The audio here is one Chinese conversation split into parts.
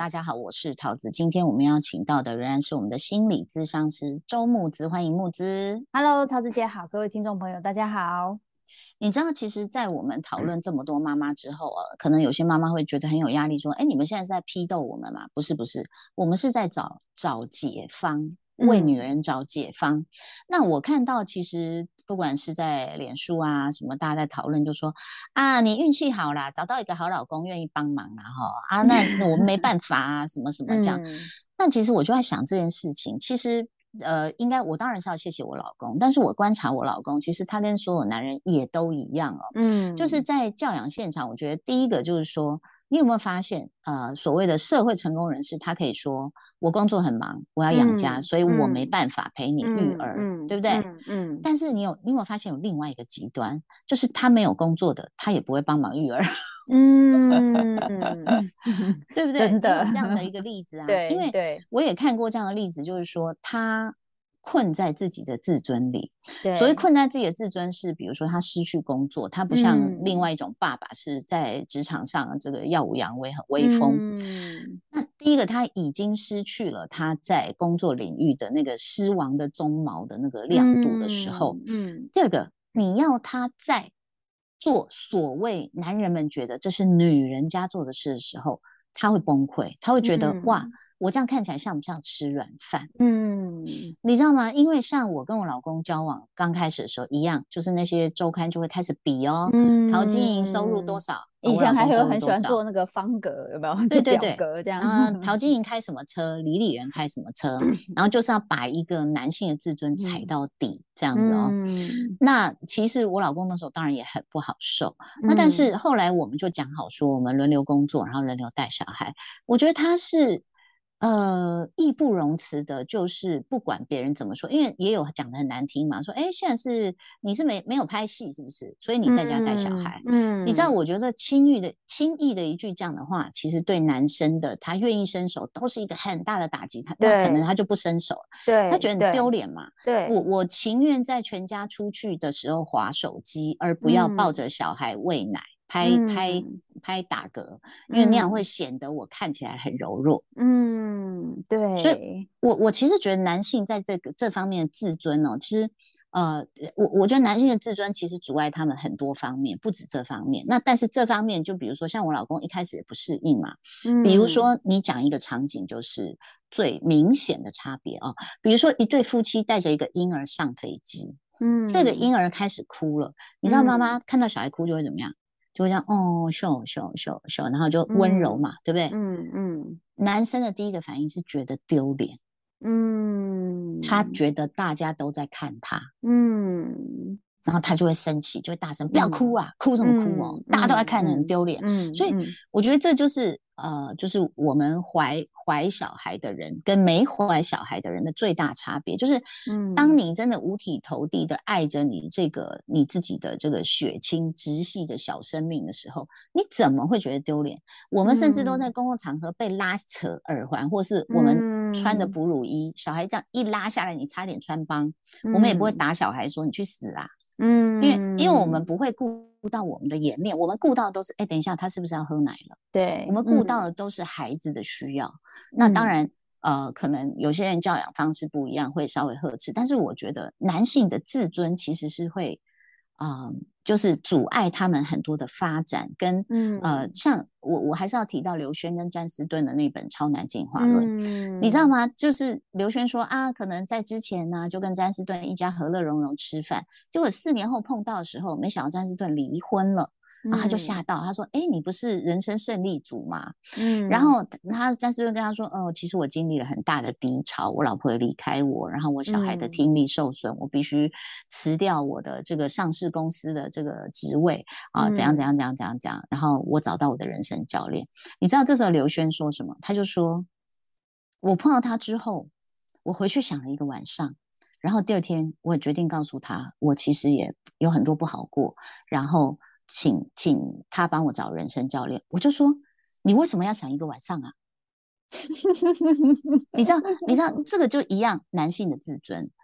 大家好，我是桃子。今天我们邀请到的仍然是我们的心理咨商师周慕姿，欢迎慕姿。 Hello，桃子姐好，各位听众朋友，大家好。 你知道，其实，在我们讨论这么多妈妈之后，可能有些妈妈会觉得很有压力，说：“哎，你们现在是在批斗我们吗？”不是，不是，我们是在找解方，为女嗯人找解方。那我看到，其实不管是在脸书啊什么，大家在讨论，就说啊，你运气好啦，找到一个好老公愿意帮忙啦，哈啊，那我们没办法啊，什么什么这样。 嗯那其实我就在想这件事情，其实应该我当然是要谢谢我老公，但是我观察我老公，其实他跟所有男人也都一样哦，就是嗯在教养现场，我觉得第一个就是说，你有没有发现，所谓的社会成功人士，他可以说我工作很忙，我要养家， 嗯所以我没嗯办法陪你育儿，对不对？ 嗯但是你有没有发现有另外一个极端，就是他没有工作的，他也不会帮忙育儿。 嗯， 对不对？ 真的， 也有这样的一个例子啊，因为对对我也看过这样的例子，就是说他困在自己的自尊里。所谓对， 困在自己的自尊是，比如说他失去工作，他不像另嗯外一种爸爸是在职场上这个耀武扬威、很威风。 嗯那第一个，他已经失去了他在工作领域的那个狮王的鬃毛的那个亮度的时候， 嗯第二个，你要他在做所谓男人们觉得这是女人家做的事的时候，他会崩溃，他会觉得哇， 嗯我这样看起来像不像吃软饭？ 嗯你知道吗？因为像我跟我老公交往刚开始的时候一样，就是那些周刊就会开始比哦，陶晶莹收入多嗯， 少，我老公以前还有很喜欢收入多少， 做那个方格，有没有？就表对对对， 格这样。 然后陶晶莹开什么车，李李仁开什么车，然后就是要把一个男性的自尊踩嗯到底，这样子哦。 嗯那其实我老公那时候当然也很不好受，那但嗯是后来我们就讲好说，我们轮流工作，然后轮流带小孩。我觉得他是义不容辞的，就是不管别人怎么说，因为也有讲的很难听嘛，说哎，现在是你是没有拍戏是不是？所以你在家带小嗯孩。你知道， 嗯， 我觉得轻易的一句这样的话，其实对男生的他愿意伸手，都是一个很大的打击。那可能对他就不伸手了，他觉得很丢对对脸嘛。我对， 我情愿在全家出去的时候划手机，而不要抱嗯着小孩喂奶、 嗯拍打嗝，因为那样会嗯显得我看起来很柔弱。所以对， 我其实觉得男性在这方面的自尊哦，其实呃，我觉得男性的自尊其实阻碍他们很多方面，不止这方面。那但是这方面，就比如说像我老公一开始也不适应嘛，比如嗯说你讲一个场景，就是最明显的差别啊、比如说一对夫妻带着一个婴儿上飞机，这个嗯婴儿开始哭了，你知道妈妈嗯看到小孩哭就会怎么样？就会这样哦，秀秀秀秀，然后就温柔嘛， 嗯对不对？ 嗯男生的第一个反应是觉得丢脸，他嗯觉得大家都在看他， 嗯然后他就会生气，就会大声不要哭嗯啊，哭什么哭哦， 嗯大家都在看你，很嗯丢脸。所以嗯我觉得这就是就是我们怀小孩的人跟没怀小孩的人的最大差别，就是当嗯你真的五体投地的爱着你这个你自己的这个血亲直系的小生命的时候，你怎么会觉得丢脸？我们甚至都在嗯公共场合被拉扯耳环，或是我们穿的嗯哺乳衣，小孩这样一拉下来，你差点穿帮，我们也不会嗯打小孩说你去死啊。因为我们嗯， 不会顾到我们的颜面，我们顾到的都是，哎，等一下他是不是要喝奶了？我对， 们顾到的都是孩子的需要。那当嗯然，可能有些人教养方式不一样，会稍微呵斥，但是我觉得男性的自尊其实是会，就是阻碍他们很多的发展，跟嗯像我还是要提到刘轩跟詹斯顿的那本《超男进化论》，你知道嗯吗？就是刘轩说啊，可能在之前呢、就跟詹斯顿一家和乐融融吃饭，结果4年后碰到的时候，没想到詹斯顿离婚了。然后他就吓嗯到，他说：“哎，你不是人生胜利组吗？”然嗯后詹士就跟他说：“哦，其实我经历了很大的低潮，我老婆也离开我，然后我小孩的嗯听力受损，我必须辞掉我的这个上市公司的这个职位啊，怎样怎嗯样怎样怎样怎样。然后我找到我的人生教练，你知道这时候刘轩说什么？他就说：我碰到他之后，我回去想了一个晚上。”然后第二天，我也决定告诉他，我其实也有很多不好过，然后请他帮我找人生教练。我就说，你为什么要想一个晚上啊？你知道这个就一样，男性的自尊。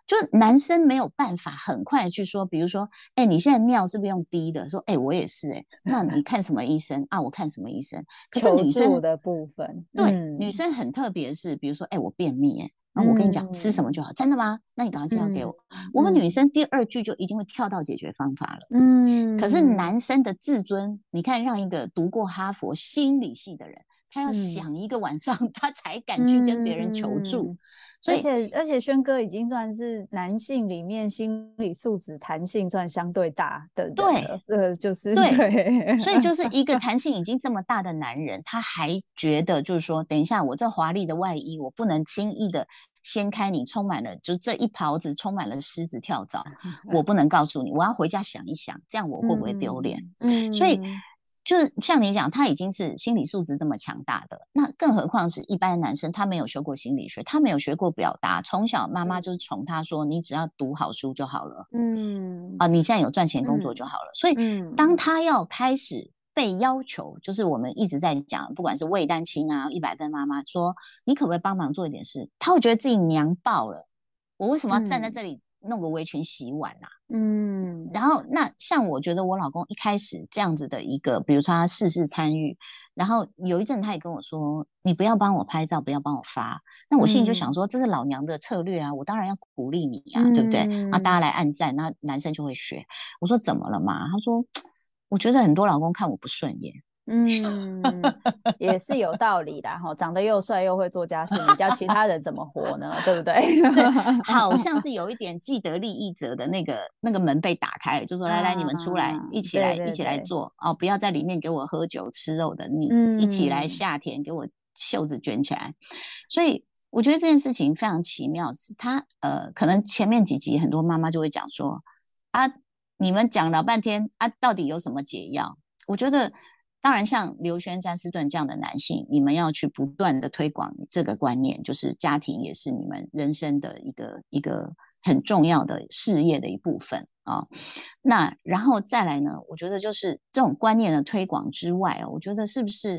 就男生没有办法很快去说，比如说，哎，你现在尿是不是用滴的？说，哎，我也是，哎，那你看什么医生啊？我看什么医生？可是求女生， 助的部分， 对，女生很特别的是，比如说，哎，我便秘，哎，然后我跟你讲吃什么就好，真的吗？那你赶快介绍给我。我们女生第二句就一定会跳到解决方法了。可是男生的自尊，你看，让一个读过哈佛心理系的人，他要想一个晚上，他才敢去跟别人求助。所以， 而且轩哥已经算是男性里面心理素质弹性算相对大的人了，就是对， 所以就是一个弹性已经这么大的男人，他还觉得就是说，等一下我这华丽的外衣，我不能轻易的掀开你，充满了就是这一袍子充满了狮子跳蚤，我不能告诉你，我要回家想一想，这样我会不会丢脸？所以。就是像你讲，他已经是心理素质这么强大的，那更何况是一般的男生，他没有修过心理学，他没有学过表达，从小妈妈就是宠他说，你只要读好书就好了，你现在有赚钱工作就好了。所以当他要开始被要求，就是我们一直在讲，不管是为单亲啊，100分妈妈说，你可不可以帮忙做一点事？他会觉得自己娘爆了，我为什么要站在这里弄个围裙洗碗啊？然后那像我觉得我老公一开始这样子的一个，比如说他事事参与，然后有一阵他也跟我说，你不要帮我拍照，不要帮我发。那我心里就想说，这是老娘的策略啊，我当然要鼓励你啊，对不对？啊，大家来按赞，那男生就会学。我说怎么了嘛？他说，我觉得很多老公看我不顺眼。 也是有道理的哈，长得又帅又会做家事，你叫其他人怎么活呢？对不对？ 对，好像是有一点既得利益者的那个门被打开了，就说来来，你们出来，一起来，一起来做哦，不要在里面给我喝酒吃肉的，你一起来下田，给我袖子卷起来。所以我觉得这件事情非常奇妙，是他可能前面几集很多妈妈就会讲说啊，你们讲了半天啊，到底有什么解药？我觉得。当然，像刘轩、詹斯顿这样的男性，你们要去不断的推广这个观念，就是家庭也是你们人生的一个很重要的事业的一部分啊。那然后再来呢，我觉得就是这种观念的推广之外我觉得是不是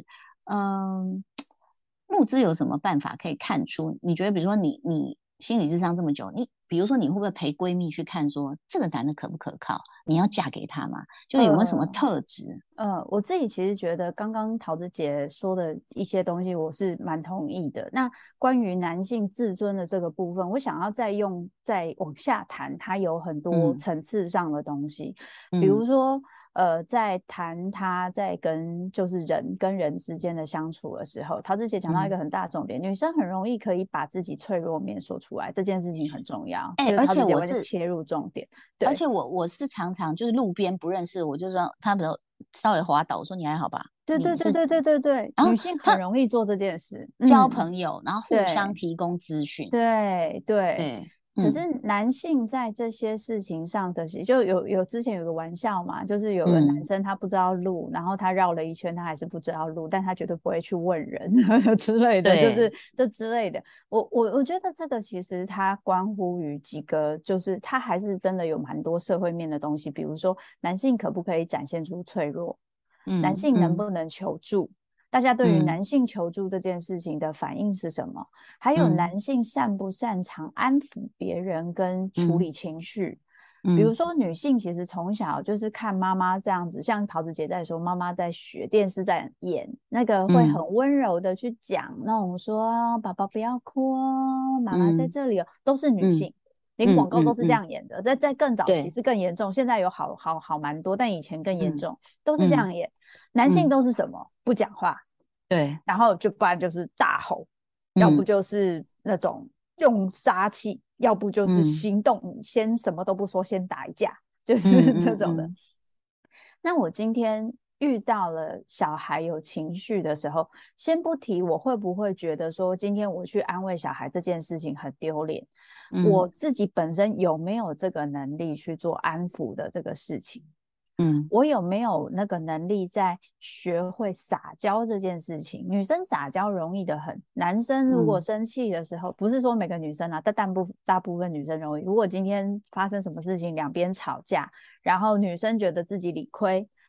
募资有什么办法可以看出？你觉得，比如说你心理智商这么久，你比如说你会不会陪闺蜜去看说这个男的可不可靠？你要嫁给他吗？就有没有什么特质？ 我自己其实觉得刚刚桃子姐说的一些东西，我是蛮同意的。那关于男性自尊的这个部分，我想要再往下谈，它有很多层次上的东西，比如说。在谈他在就是人跟人之间的相处的时候，桃子姐讲到一个很大的重点，女生很容易可以把自己脆弱面说出来，这件事情很重要。 而且我是切入重点， 对，而且我是常常就是路边不认识，我就说他比如稍微滑倒，我说你还好吧？ 对， 然后女性很容易做这件事， 交朋友，然后互相提供资讯， 对。可是男性在这些事情上的，就之前有个玩笑嘛，就是有个男生他不知道路，然后他绕了一圈，他还是不知道路，但他绝对不会去问人之类的，就是这之类的。我觉得这个其实它关乎于几个，就是他还是真的有蛮多社会面的东西，比如说男性可不可以展现出脆弱，男性能不能求助。大家对于男性求助这件事情的反应是什么？还有男性擅不擅长安抚别人跟处理情绪？比如说女性其实从小就是看妈妈这样子，像桃子姐在说，妈妈在学电视在演那个会很温柔的去讲那种说宝宝不要哭哦，妈妈在这里哦，都是女性。连广告都是这样演的，在更早期是更严重，现在有好蛮多，但以前更严重，都是这样演。男性都是什么？不讲话， 对， 然后不然就是大吼，要不就是那种用杀气，要不就是行动，先什么都不说，先打一架，就是这种的。那我今天遇到了小孩有情绪的时候，先不提我会不会觉得说今天我去安慰小孩这件事情很丢脸，我自己本身有没有这个能力去做安抚的这个事情？我有没有那个能力在学会撒娇这件事情？女生撒娇容易的很，男生如果生气的时候，不是说每个女生啊，但大部分女生容易。如果今天发生什么事情，两边吵架，然后女生觉得自己理亏，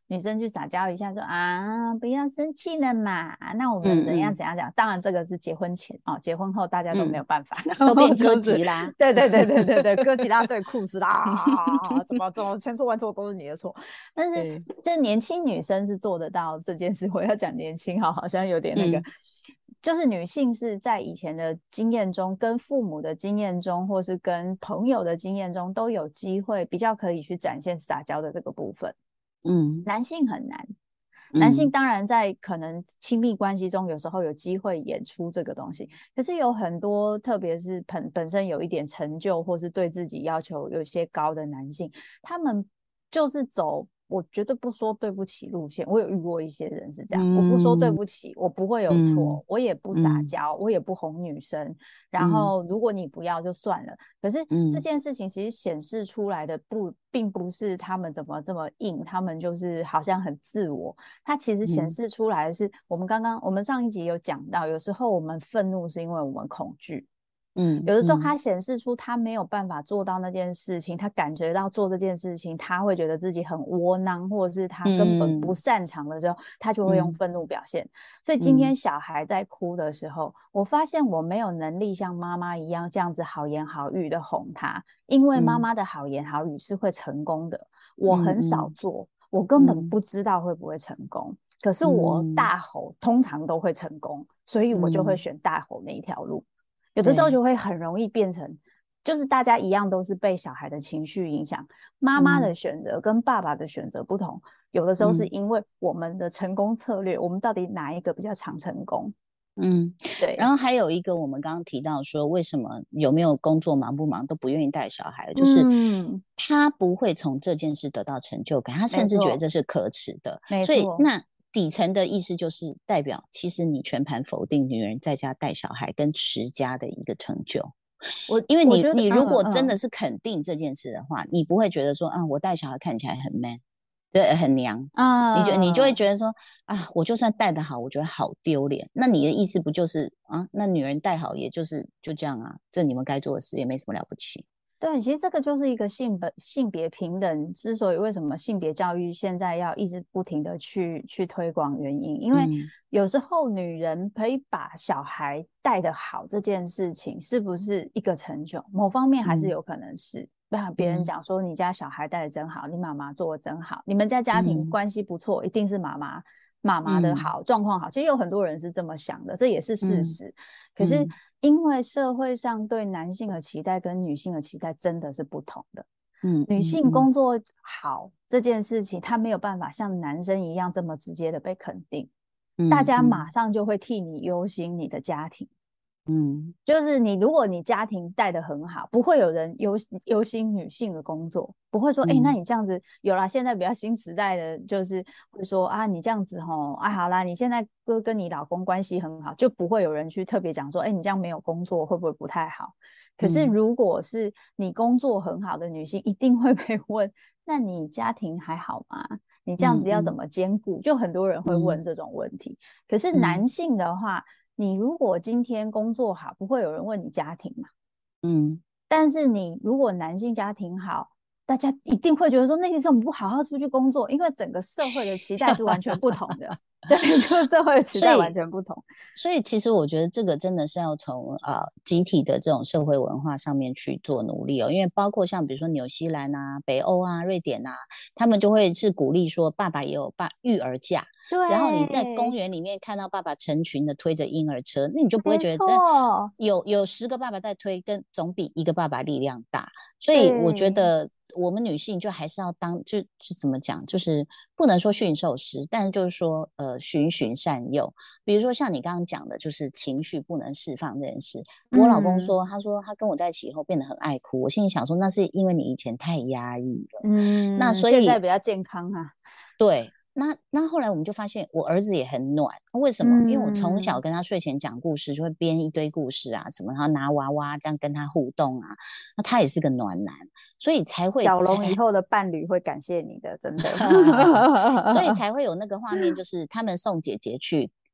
女生去撒娇一下说啊不要生气了嘛，那我们怎样怎样讲，当然这个是结婚前结婚后大家都没有办法， 都变哥吉拉， 对对对对对对，哥吉拉对库斯拉怎么千错万错都是你的错，但是这年轻女生是做得到这件事。我要讲年轻好像有点那个就是女性是在以前的经验中，跟父母的经验中，或是跟朋友的经验中，都有机会比较可以去展现撒娇的这个部分。男性很难，男性当然在可能亲密关系中有时候有机会演出这个东西，可是有很多特别是本身有一点成就或是对自己要求有些高的男性，他们就是走我绝对不说对不起路线。我有遇过一些人是这样，我不说对不起，我不会有错，我也不撒娇，我也不哄女生，然后如果你不要就算了。可是这件事情其实显示出来的并不是他们怎么这么硬，他们就是好像很自我，它其实显示出来的是我们上一集有讲到，有时候我们愤怒是因为我们恐惧，有的时候它显示出他没有办法做到那件事情，他感觉到做这件事情他会觉得自己很窝囊，或者是他根本不擅长的时候，他就会用愤怒表现。所以今天小孩在哭的时候，我发现我没有能力像妈妈一样这样子好言好语的哄他，因为妈妈的好言好语是会成功的，我很少做，我根本不知道会不会成功，可是我大吼通常都会成功，所以我就会选大吼那一条路。有的时候就会很容易变成就是大家一样都是被小孩的情绪影响，妈妈的选择跟爸爸的选择不同，有的时候是因为我们的成功策略，我们到底哪一个比较常成功。 对。然后还有一个我们刚刚提到说为什么有没有工作忙不忙都不愿意带小孩，就是他不会从这件事得到成就感，他甚至觉得这是可耻的，所以那底层的意思就是代表其实你全盘否定女人在家带小孩跟持家的一个成就。因为你如果真的是肯定这件事的话，你不会觉得说我带小孩看起来很 man， 对，很娘你就会觉得说我就算带得好我觉得好丢脸，那你的意思不就是那女人带好也就是就这样这你们该做的事也没什么了不起。 对，其实这个就是一个性别平等之所以为什么性别教育现在要一直不停的去推广原因，因为有时候女人可以把小孩带得好这件事情是不是一个成就，某方面还是有可能是别人讲说你家小孩带得真好，你妈妈做得真好，你们家家庭关系不错，一定是妈妈的好状况好，其实有很多人是这么想的，这也是事实。可是因为社会上对男性的期待跟女性的期待真的是不同的，女性工作好这件事情她没有办法像男生一样这么直接的被肯定，大家马上就会替你忧心你的家庭，就是如果你家庭带得很好，不会有人忧心女性的工作，不会说那你这样子有啦，现在比较新时代的就是会说你这样子好啦，你现在跟你老公关系很好，就不会有人去特别讲说你这样没有工作会不会不太好。可是如果是你工作很好的女性，一定会被问那你家庭还好吗？你这样子要怎么兼顾？就很多人会问这种问题。可是男性的话，你如果今天工作好，不会有人问你家庭嘛？但是你如果男性家庭好，大家一定会觉得说，那你怎么不好好出去工作？因为整个社会的期待是完全不同的。对，这个社会的期待完全不同。 所以其实我觉得这个真的是要从集体的这种社会文化上面去做努力因为包括像比如说纽西兰北欧瑞典他们就会是鼓励说爸爸也有育儿假， 对， 然后你在公园里面看到爸爸成群的推着婴儿车，那你就不会觉得有10个爸爸在推，跟总比一个爸爸力量大。所以我觉得我们女性就还是要就是怎么讲，就是不能说驯兽师，但是就是说循循善诱。比如说像你刚刚讲的，就是情绪不能释放这件事。我老公说，他说他跟我在一起以后变得很爱哭，我心里想说，那是因为你以前太压抑了。那所以现在比较健康对。那后来我们就发现我儿子也很暖，为什么？因为我从小跟他睡前讲故事，就会编一堆故事什么，然后拿娃娃这样跟他互动那他也是个暖男，所以才会小龙以后的伴侣会感谢你的，真的。 所以才会有那个画面，就是他们送姐姐去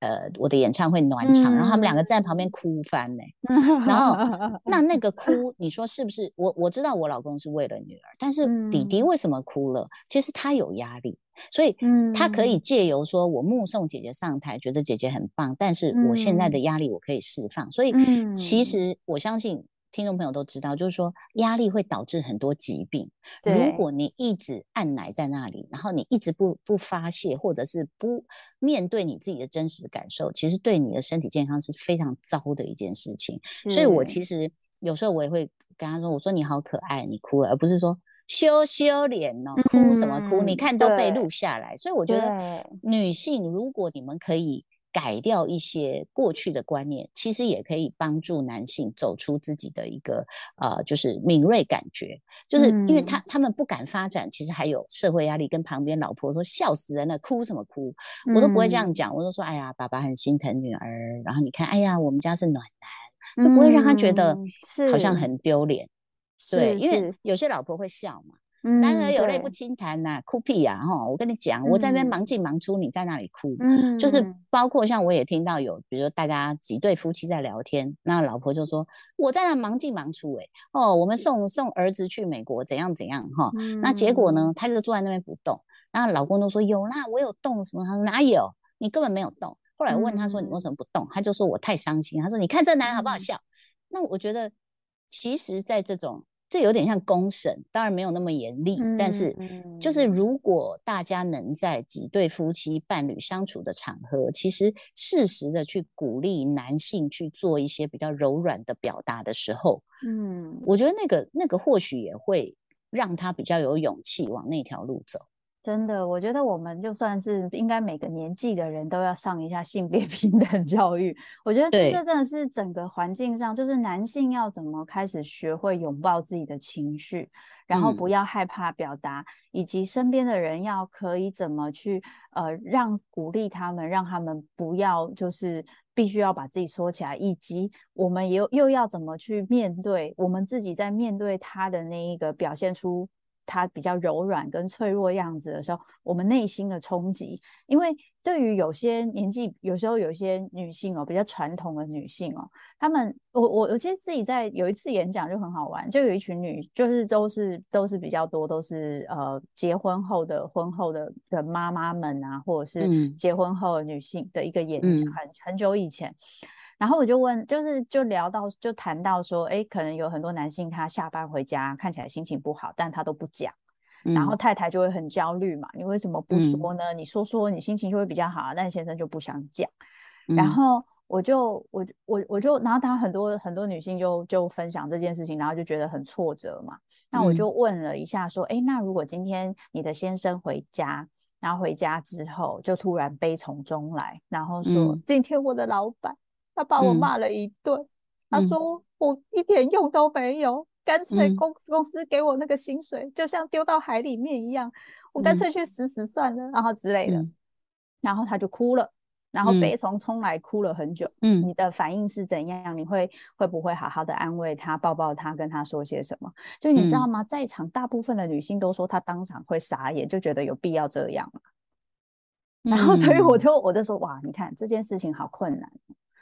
我的演唱会暖场，然后他们两个在旁边哭翻呢。然后那个哭，你说是不是？我知道我老公是为了女儿，但是弟弟为什么哭了？其实他有压力，所以他可以借由说我目送姐姐上台，觉得姐姐很棒，但是我现在的压力我可以释放。所以其实我相信听众朋友都知道，就是说压力会导致很多疾病。如果你一直按捺在那里，然后你一直不发泄，或者是不面对你自己的真实感受，其实对你的身体健康是非常糟的一件事情。所以我其实有时候我也会跟他说，我说你好可爱，你哭了，而不是说羞脸哦，哭什么哭？你看都被录下来。所以我觉得女性，如果你们可以改掉一些过去的观念，其实也可以帮助男性走出自己的一个就是敏锐感觉，就是因为他们不敢发展，其实还有社会压力，跟旁边老婆说笑死人了，哭什么哭？我都不会这样讲，我都说哎呀，爸爸很心疼女儿，然后你看，哎呀，我们家是暖男，就不会让他觉得好像很丢脸。对，因为有些老婆会笑嘛。男儿有泪不轻弹呐，哭屁呀！哈，我跟你讲，我在那边忙进忙出，你在那里哭，就是包括像我也听到有，比如说大家几对夫妻在聊天，那老婆就说我在那忙进忙出，我们送儿子去美国怎样怎样哈，那结果呢，他就坐在那边不动，然后老公都说有啦，我有动什么？他说哪有？你根本没有动。后来我问他说你为什么不动？他就说我太伤心。他说你看这男人好不好笑？那我觉得其实，在这有点像公审，当然没有那么严厉，但是就是如果大家能在几对夫妻伴侣相处的场合，其实适时的去鼓励男性去做一些比较柔软的表达的时候，我觉得那个或许也会让他比较有勇气往那条路走。 真的，我觉得我们就算是应该每个年纪的人都要上一下性别平等教育。我觉得这真的是整个环境上，就是男性要怎么开始学会拥抱自己的情绪，然后不要害怕表达，以及身边的人要可以怎么去鼓励他们，让他们不要就是必须要把自己缩起来，以及我们又要怎么去面对我们自己在面对他的那一个表现出他比较柔软跟脆弱样子的时候，我们内心的冲击。因为对于有些年纪，有时候有些女性比较传统的女性她们，我其实自己在有一次演讲就很好玩，就有一群就是都是比较多都是结婚后的婚后的妈妈们啊，或者是结婚后的女性的一个演讲，很久以前。然后我就问，就聊到，就谈到说，可能有很多男性他下班回家看起来心情不好，但他都不讲，然后太太就会很焦虑嘛，你为什么不说呢？你说你心情就会比较好，但先生就不想讲。然后我就，然后他很多女性就分享这件事情，然后就觉得很挫折嘛。那我就问了一下说，那如果今天你的先生回家，然后回家之后就突然悲从中来，然后说，今天我的老板他把我骂了一顿，他说我一点用都没有，干脆公司给我那个薪水就像丢到海里面一样，我干脆去死算了，然后之类的。然后他就哭了，然后悲从中来哭了很久。你的反应是怎样？你会不会好好的安慰他，抱抱他，跟他说些什么？就你知道吗？在场大部分的女性都说她当场会傻眼，就觉得有必要这样吗？然后所以我就说，哇，你看这件事情好困难。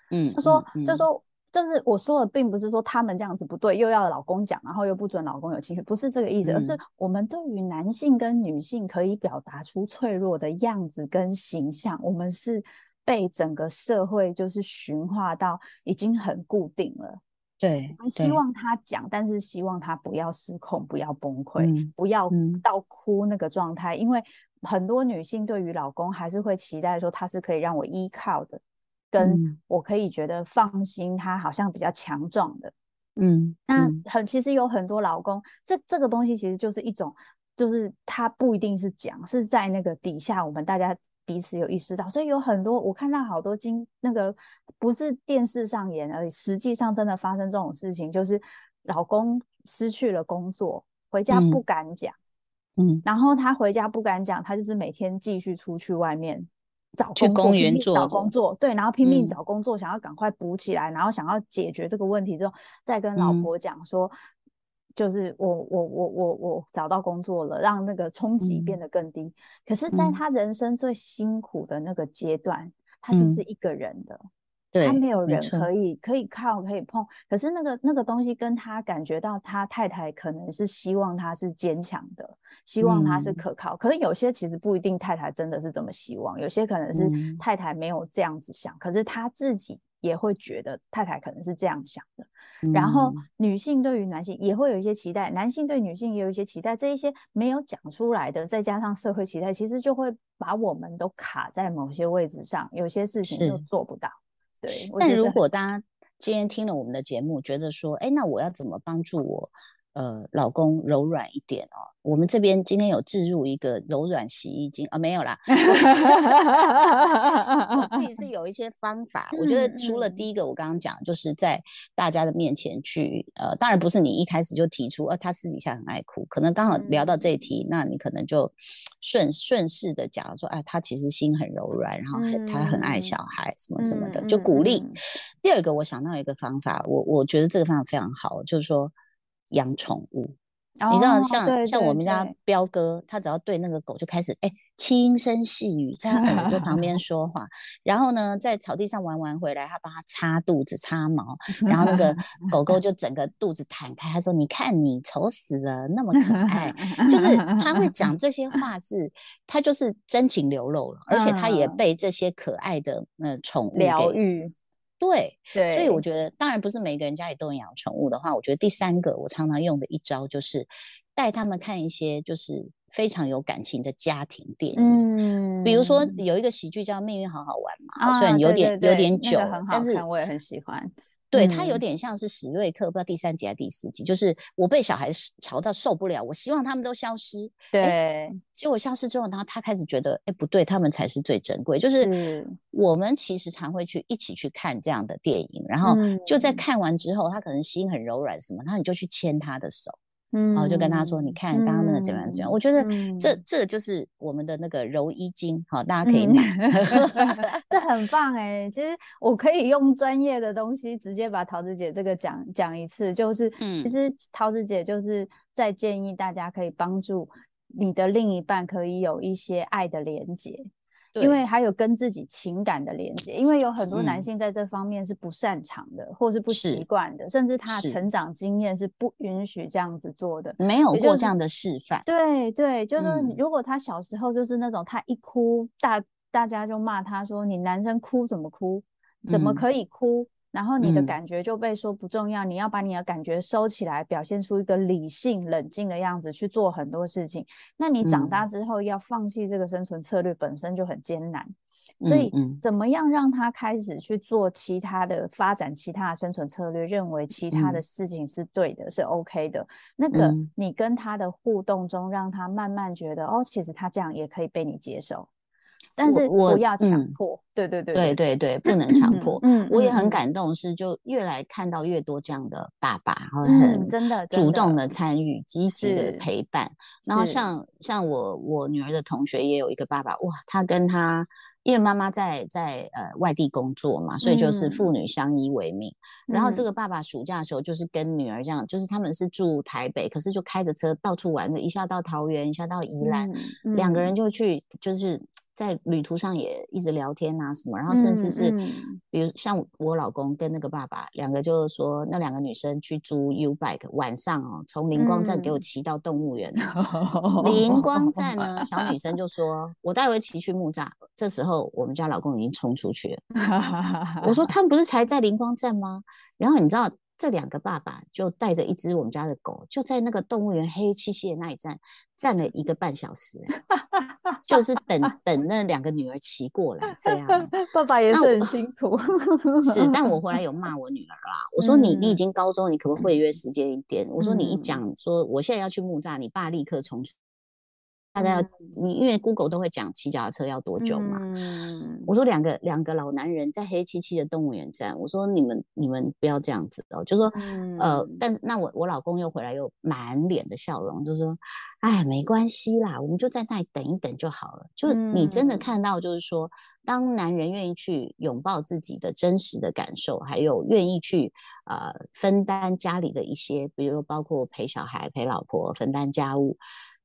就是我说的并不是说他们这样子不对，又要老公讲，然后又不准老公有情绪，不是这个意思，而是我们对于男性跟女性可以表达出脆弱的样子跟形象，我们是被整个社会就是驯化到已经很固定了。 对， 我们希望他讲，但是希望他不要失控，不要崩溃，不要到哭那个状态，因为很多女性对于老公还是会期待说他是可以让我依靠的，跟我可以觉得放心，他好像比较强壮的。那其实有很多老公，这个东西其实就是一种，就是他不一定是讲，是在那个底下，我们大家彼此有意识到，所以有很多我看到好多那个不是电视上演而已，实际上真的发生这种事情，就是老公失去了工作，回家不敢讲，然后他回家不敢讲，他就是每天继续出去外面找工作，拼命找工作，对，然后拼命找工作，想要赶快补起来，然后想要解决这个问题之后，再跟老婆讲说，就是我找到工作了，让那个冲击变得更低。可是，在他人生最辛苦的那个阶段， 他就是一个人的。他没有人可以靠可以碰，可是那个东西跟他感觉到他太太可能是希望他是坚强的，希望他是可靠，可是有些其实不一定太太真的是这么希望，有些可能是太太没有这样子想，可是他自己也会觉得太太可能是这样想的。然后女性对于男性也会有一些期待，男性对女性也有一些期待，这一些没有讲出来的，再加上社会期待，其实就会把我们都卡在某些位置上，有些事情就做不到。对， 但如果大家今天听了我们的节目，觉得说，哎，那我要怎么帮助我老公柔软一点哦？我们这边今天有置入一个柔软洗衣精啊，没有啦，我自己是有一些方法。我觉得除了第一个我刚刚讲，就是在大家的面前去当然不是你一开始就提出他私底下很爱哭，可能刚好聊到这一题，那你可能就顺势的讲说，他其实心很柔软，然后他很爱小孩什么什么的，就鼓励。第二个我想到一个方法，我觉得这个方法非常好，就是说养宠物。你知道像我们家彪哥，他只要对那个狗就开始轻声细语在他耳朵旁边说话，然后呢在草地上玩完回来，他帮他擦肚子擦毛，然后那个狗狗就整个肚子弹开，他说你看你丑死了那么可爱，就是他会讲这些话，他就是真情流露了，而且他也被这些可爱的宠物疗愈。 对，所以我觉得当然不是每个人家里都有养宠物的话，我觉得第三个我常常用的一招就是带他们看一些就是非常有感情的家庭电影。比如说有一个喜剧叫《命运好好玩》嘛，虽然有点久了， 那个但是我也很喜欢。 对，它有点像是史瑞克，不知道第3集还是第4集，就是我被小孩吵到受不了，我希望他们都消失。 对， 结果消失之后，然后他开始觉得，不对，他们才是最珍贵。就是我们其实常会一起去看这样的电影，然后就在看完之后，他可能心很柔软什么，然后你就去牵他的手。然后就跟他说，你看刚刚那个怎么样怎么样。我觉得这就是我们的那个柔衣巾，好，大家可以买。 这很棒其实我可以用专业的东西直接把桃子姐这个讲一次，就是其实桃子姐就是在建议大家可以帮助你的另一半可以有一些爱的连结。因为还有跟自己情感的连接，因为有很多男性在这方面是不擅长的，或是不习惯的，甚至他的成长经验是不允许这样子做的， 没有过这样的示范。 对对，就是说如果他小时候就是那种他一哭大家就骂他说你男生哭什么哭，怎么可以哭？然后你的感觉就被说不重要，你要把你的感觉收起来，表现出一个理性冷静的样子去做很多事情。那你长大之后要放弃这个生存策略本身就很艰难，所以怎么样让他开始去做其他的发展其他的生存策略，认为其他的事情是对的，是 OK 的，那个你跟他的互动中让他慢慢觉得其实他这样也可以被你接受，但是不要强迫。 对，不能强迫。我也很感动，就越来看到越多这样的爸爸，然后很主动的参与，积极的陪伴。然后像我女儿的同学也有一个爸爸，哇，他跟他因为妈妈在外地工作嘛，所以就是父女相依为命。然后这个爸爸暑假的时候就是跟女儿这样，就是他们是住台北，可是就开着车到处玩，一下到桃园，一下到宜兰，两个人就去就是在旅途上也一直聊天啊什么，然后甚至是比如像我老公跟那个爸爸两个就是说那两个女生去租 U-Bike， 晚上从灵光站给我骑到动物园。灵光站呢，小女生就说我待会骑去木栅，这时候我们家老公已经冲出去了。我说他们不是才在灵光站吗？然后你知道这两个爸爸就带着一只我们家的狗，就在那个动物园黑漆漆的那一站了1个半小时，就是等那两个女儿骑过来这样。 爸爸也是很辛苦。 是，但我回来有骂我女儿啦，我说你已经高中，你可不可以会约时间一点？我说你一讲说我现在要去木栅，你爸立刻冲出。大概你因为 Google 都会讲骑脚踏车要多久嘛。我说两个老男人在黑漆漆的动物园站，我说你们不要这样子就说但是那我老公又回来又满脸的笑容，就说哎没关系啦，我们就在那里等一等就好了。就你真的看到就是说当男人愿意去拥抱自己的真实的感受，还有愿意去分担家里的一些比如包括陪小孩陪老婆分担家务，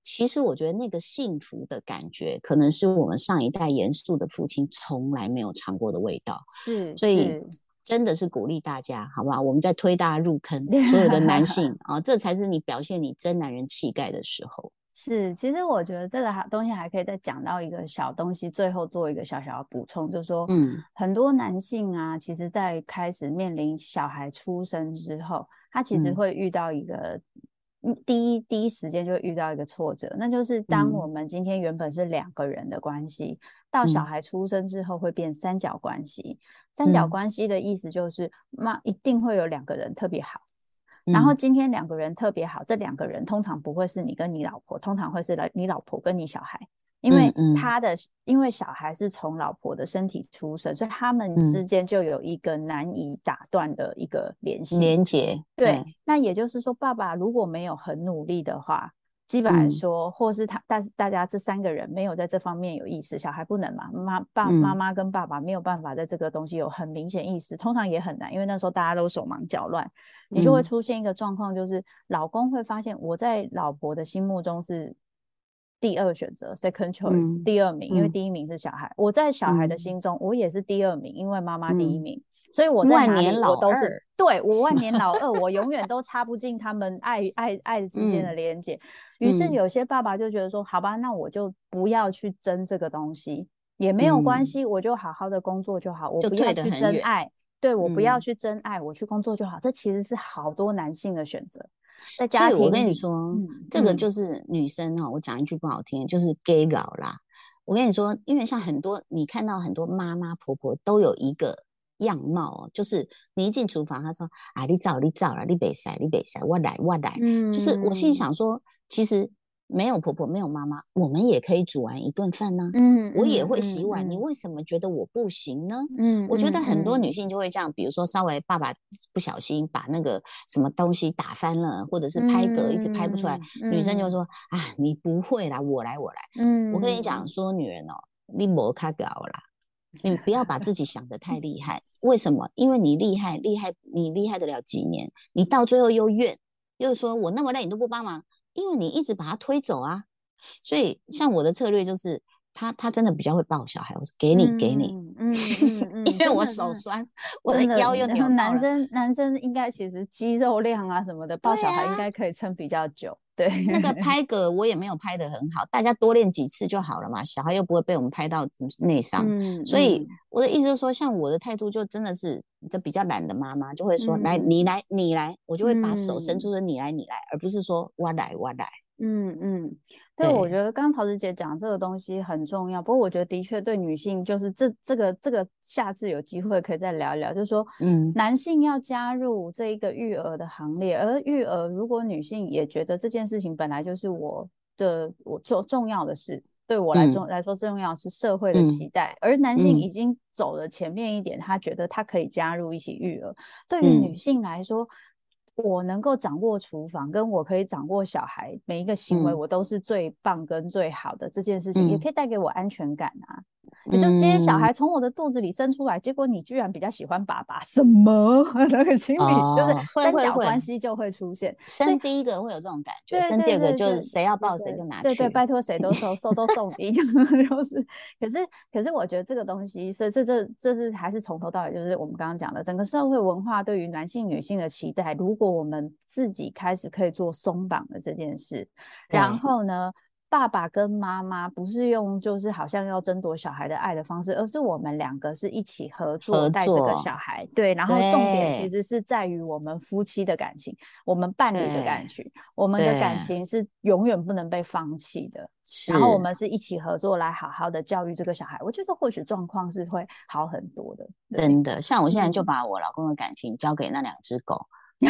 其实我觉得那个幸福的感觉，可能是我们上一代严肃的父亲从来没有尝过的味道。所以真的是鼓励大家，好不好？我们在推大家入坑，所有的男性啊，这才是你表现你真男人气概的时候。 是，其实我觉得这个东西还可以再讲到一个小东西，最后做一个小小的补充，就是说，很多男性啊，其实在开始面临小孩出生之后，他其实会遇到一个第一时间就会遇到一个挫折，那就是当我们今天原本是2个人的关系，到小孩出生之后会变三角关系。三角关系的意思就是一定会有2个人特别好。然后今天2个人特别好，这2个人通常不会是你跟你老婆，通常会是你老婆跟你小孩，因为因为小孩是从老婆的身体出生，所以他们之间就有一个难以打断的一个连结。 对，那也就是说，爸爸如果没有很努力的话，基本来说，或是但是大家这3个人没有在这方面有意识，小孩不能嘛，妈妈跟爸爸没有办法在这个东西有很明显意识，通常也很难，因为那时候大家都手忙脚乱，你就会出现一个状况，就是老公会发现我在老婆的心目中是第2选择 second choice，第2名，因为第1名是小孩，我在小孩的心中我也是第2名，因为妈妈第1名。所以我在哪里我都是对我万年老二，我永远都插不进他们爱之间的连结。于是有些爸爸就觉得说，好吧，那我就不要去争这个东西，也没有关系，我就好好的工作就好，我不要去争爱，对，我不要去争爱，我去工作就好。这其实是好多男性的选择，在家庭里。 所以我跟你说，这个就是女生我讲一句不好听，就是 gay 搞啦。我跟你说，因为像很多你看到很多妈妈婆婆都有一个样貌就是你一进厨房，他说啊，你照啦，你别塞，我来。就是我心里想说，其实没有婆婆，没有妈妈，我们也可以煮完一顿饭呢。我也会洗碗，你为什么觉得我不行呢？我觉得很多女性就会这样，比如说稍微爸爸不小心把那个什么东西打翻了，或者是拍嗝一直拍不出来，女生就说啊，你不会啦，我来。我跟你讲说，女人你没卡搞啦。你不要把自己想得太厉害，为什么？因为你厉害，你厉害得了几年？你到最后又怨，又说我那么累你都不帮忙，因为你一直把他推走啊。所以像我的策略就是，他真的比较会抱小孩，我说给你，因为我手酸，我的腰又扭到了。 男生应该其实肌肉量啊什么的，抱小孩应该可以撑比较久。对， 那个拍嗝我也没有拍得很好，大家多练几次就好了嘛，小孩又不会被我们拍到内伤。所以我的意思是说，像我的态度就真的是，这比较懒的妈妈就会说，来你来，我就会把手伸出说你来，而不是说我来。 对，我觉得刚刚桃子姐讲这个东西很重要，不过我觉得的确对女性就是这个下次有机会可以再聊一聊，就是说，男性要加入这一个育儿的行列，而育儿如果女性也觉得这件事情本来就是我重要的事，对我来说重要是社会的期待，而男性已经走了前面一点，他觉得他可以加入一起育儿，对于女性来说。我能够掌握厨房，跟我可以掌握小孩每一个行为，我都是最棒跟最好的这件事情，也可以带给我安全感啊。也就是这些小孩从我的肚子里生出来，结果你居然比较喜欢爸爸，什么那个心理就是三角关系就会出现。 生第一个会有这种感觉，生第二个就是谁要抱谁就拿去， 对，拜托谁都收都送你，就是。可是我觉得这个东西是这是还是从头到尾就是我们刚刚讲的整个社会文化对于男性女性的期待。如果我们自己开始可以做松绑的这件事，然后呢？爸爸跟妈妈不是用就是好像要争夺小孩的爱的方式，而是我们2个是一起合作带这个小孩。对，然后重点其实是在于我们夫妻的感情，我们伴侣的感情，我们的感情是永远不能被放弃的。然后我们是一起合作来好好的教育这个小孩，我觉得或许状况是会好很多的。 真的，像我现在就把我老公的感情交给那2只狗。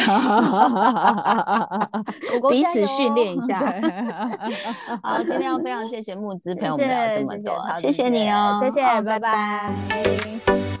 彼此训练一下。好，今天要非常谢谢慕姿陪我们聊这么多，谢谢你哦， 谢谢，拜拜。